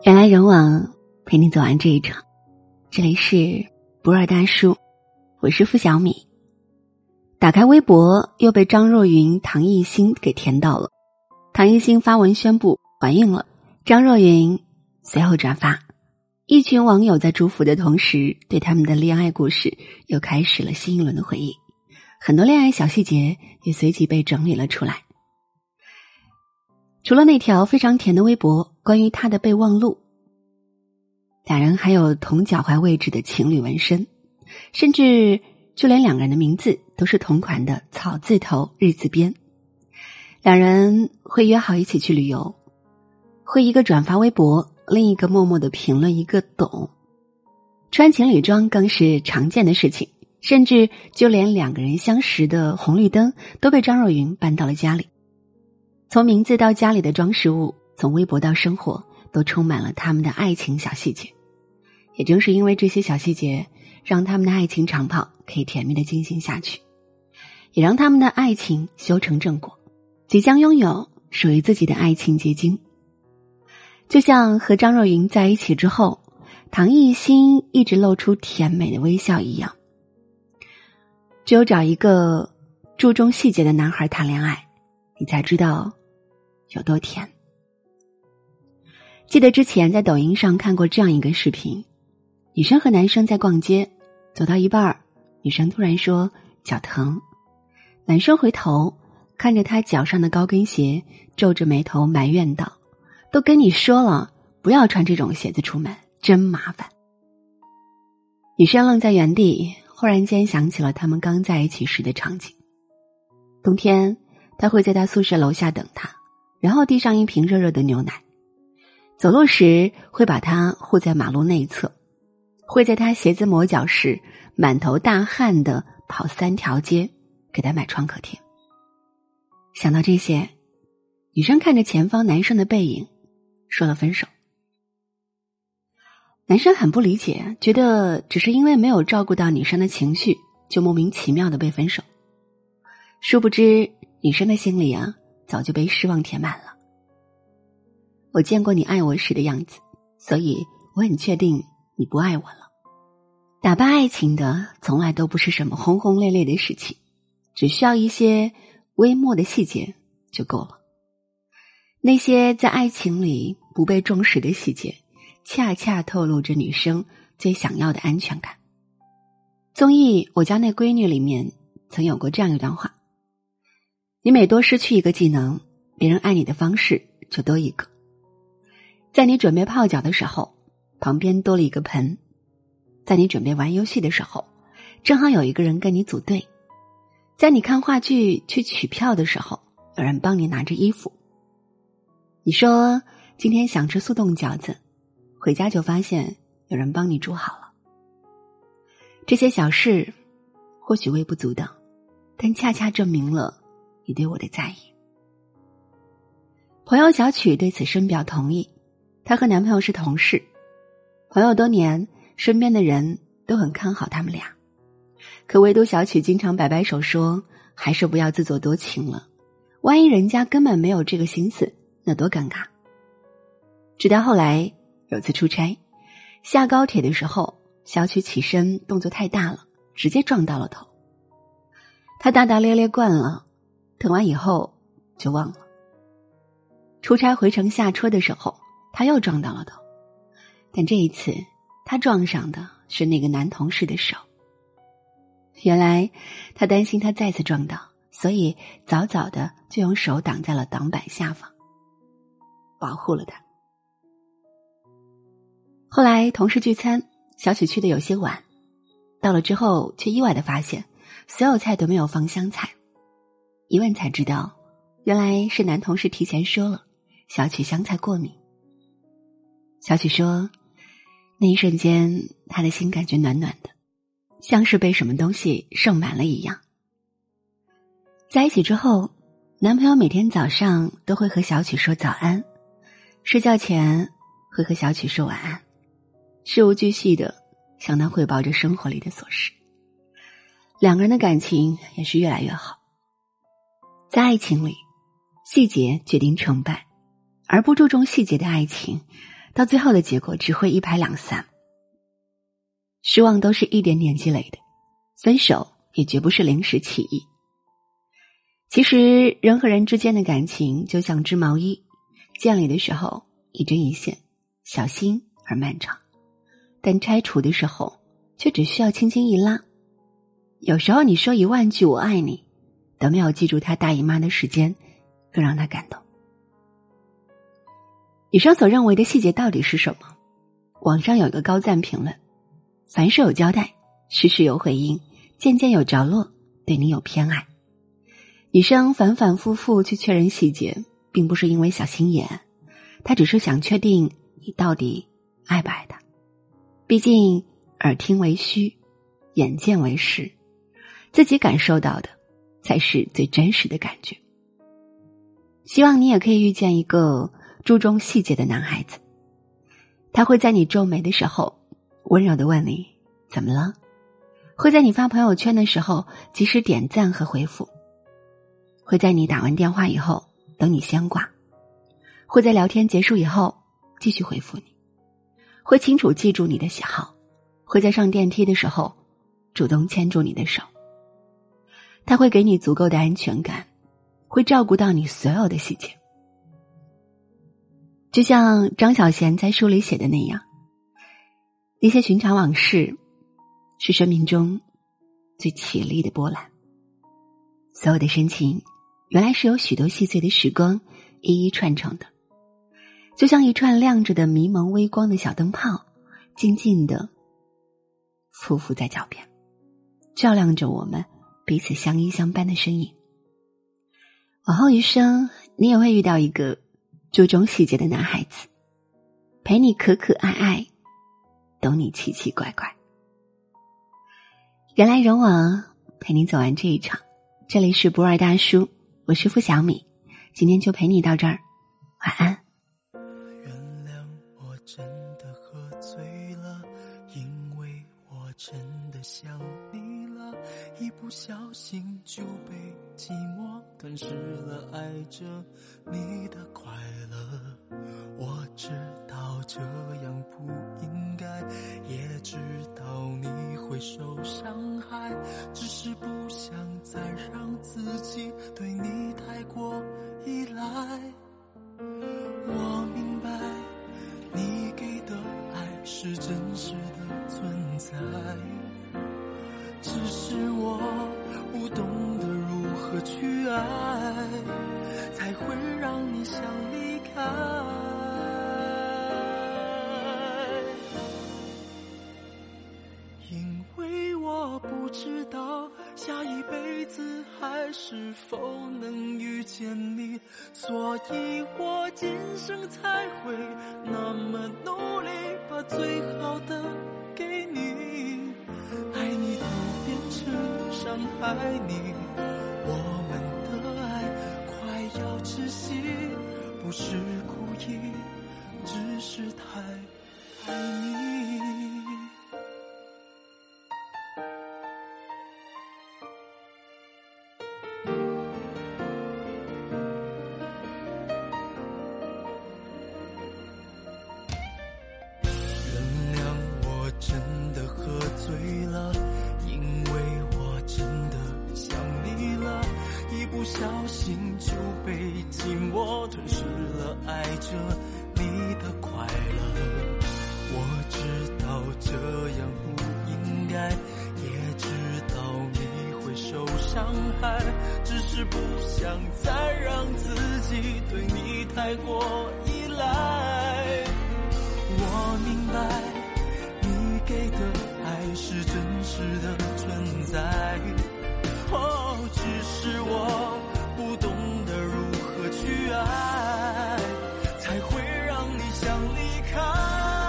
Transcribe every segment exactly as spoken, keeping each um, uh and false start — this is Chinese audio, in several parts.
人来人往，陪你走完这一场。这里是不二大叔，我是付小米。打开微博，又被张若昀、唐艺昕给填到了。唐艺昕发文宣布怀孕了，张若昀随后转发。一群网友在祝福的同时，对他们的恋爱故事又开始了新一轮的回忆。很多恋爱小细节也随即被整理了出来。除了那条非常甜的微博关于他的备忘录，两人还有同脚踝位置的情侣纹身，甚至就连两个人的名字都是同款的草字头日字边。两人会约好一起去旅游，会一个转发微博，另一个默默的评论一个懂。穿情侣装更是常见的事情，甚至就连两个人相识的红绿灯都被张若昀搬到了家里。从名字到家里的装饰物，从微博到生活，都充满了他们的爱情小细节。也正是因为这些小细节，让他们的爱情长跑可以甜蜜的进行下去，也让他们的爱情修成正果，即将拥有属于自己的爱情结晶。就像和张若昀在一起之后，唐艺昕一直露出甜美的微笑一样。只有找一个注重细节的男孩谈恋爱，你才知道有多甜。记得之前在抖音上看过这样一个视频，女生和男生在逛街，走到一半，女生突然说脚疼，男生回头看着她脚上的高跟鞋，皱着眉头埋怨道，都跟你说了不要穿这种鞋子出门，真麻烦。女生愣在原地，忽然间想起了他们刚在一起时的场景。冬天他会在他宿舍楼下等他，然后递上一瓶热热的牛奶。走路时会把他护在马路内侧，会在他鞋子磨脚时满头大汗的跑三条街，给他买创可贴。想到这些，女生看着前方男生的背影，说了分手。男生很不理解，觉得只是因为没有照顾到女生的情绪，就莫名其妙的被分手。殊不知女生的心里啊，早就被失望填满了。我见过你爱我时的样子，所以我很确定你不爱我了。打败爱情的从来都不是什么轰轰烈烈的事情，只需要一些微末的细节就够了。那些在爱情里不被重视的细节，恰恰透露着女生最想要的安全感。综艺《我家那闺女》里面曾有过这样一段话，你每多失去一个技能，别人爱你的方式就多一个。在你准备泡脚的时候，旁边多了一个盆；在你准备玩游戏的时候，正好有一个人跟你组队；在你看话剧去取票的时候，有人帮你拿着衣服。你说今天想吃速冻饺子，回家就发现有人帮你煮好了。这些小事或许微不足道，但恰恰证明了你对我的在意。朋友小曲对此深表同意，她和男朋友是同事，朋友多年，身边的人都很看好他们俩，可唯独小曲经常摆摆手说，还是不要自作多情了，万一人家根本没有这个心思，那多尴尬。直到后来有次出差，下高铁的时候，小曲起身动作太大了，直接撞到了头。他大大咧咧惯了，疼完以后就忘了。出差回程下车的时候，他又撞到了头，但这一次他撞上的是那个男同事的手。原来他担心他再次撞到，所以早早的就用手挡在了挡板下方，保护了他。后来同事聚餐，小曲去的有些晚，到了之后却意外的发现所有菜都没有放香菜。一问才知道，原来是男同事提前说了小曲香菜过敏。小曲说，那一瞬间她的心感觉暖暖的，像是被什么东西盛满了一样。在一起之后，男朋友每天早上都会和小曲说早安，睡觉前会和小曲说晚安，事无巨细的向她汇报着生活里的琐事。两个人的感情也是越来越好。在爱情里，细节决定成败，而不注重细节的爱情到最后的结果只会一拍两散。失望都是一点点积累的，分手也绝不是临时起意。其实人和人之间的感情就像织毛衣，建立的时候一针一线，小心而漫长，但拆除的时候却只需要轻轻一拉。有时候你说一万句我爱你，都没有记住他大姨妈的时间更让他感动。以上所认为的细节到底是什么？网上有一个高赞评论：凡事有交代，事事有回应，件件有着落，对你有偏爱。女生反反复复去确认细节，并不是因为小心眼，她只是想确定你到底爱不爱她。毕竟耳听为虚，眼见为实，自己感受到的才是最真实的感觉。希望你也可以遇见一个注重细节的男孩子，他会在你皱眉的时候温柔地问你怎么了，会在你发朋友圈的时候及时点赞和回复，会在你打完电话以后等你先挂，会在聊天结束以后继续回复你，会清楚记住你的喜好，会在上电梯的时候主动牵住你的手。他会给你足够的安全感，会照顾到你所有的细节。就像张小娴在书里写的那样，那些寻常往事是生命中最绮丽的波澜。所有的深情原来是由许多细碎的时光一一串成的，就像一串亮着的迷蒙微光的小灯泡，静静地匍匐在脚边，照亮着我们彼此相依相伴的身影。往后余生，你也会遇到一个注重细节的男孩子，陪你可可爱爱，懂你奇奇怪怪。人来人往，陪你走完这一场。这里是不二大叔，我是付小米，今天就陪你到这儿，晚安。 原谅我真的喝醉了，因为我真的想你了，一不小心就被寂寞吞噬了爱着你的快乐。我知道这样不应该，也知道你会受伤害，只是不想再让自己对你太过依赖。我明白你给的爱是真实的存在，只是我不懂得如何去爱，才会让你想离开。因为我不知道下一辈子还是否能遇见你，所以我今生才会那么努力，把最好的给你。爱你都变成伤害你，我们的爱快要窒息，不是故意，只是太爱你。醉了，因为我真的想你了，一不小心就被寂寞吞噬了爱着你的快乐。我知道这样不应该，也知道你会受伤害，只是不想再让自己对你太过依赖。我明白你给的爱是真实的存在，哦，只是我不懂得如何去爱，才会让你想离开。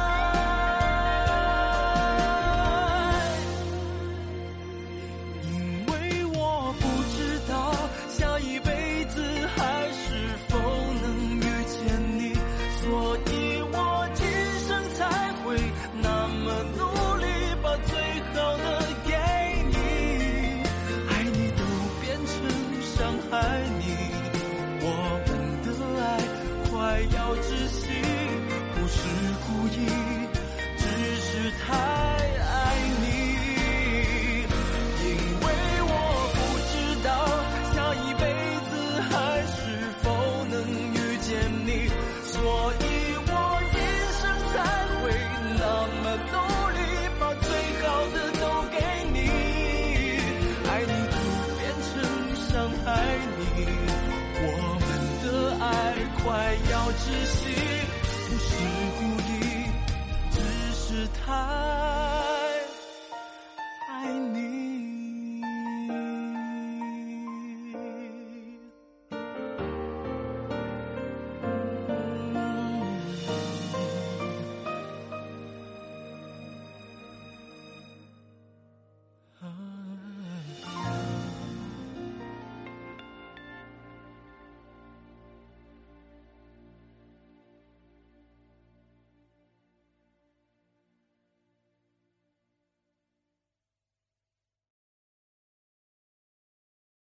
因为我不知道下一辈子还是否能遇见你，所以我今生才会那么努力，把最好的给你。爱你都变成伤害你，我们的爱快要窒息，不是你，我们的爱快要窒息，不是故意，只是太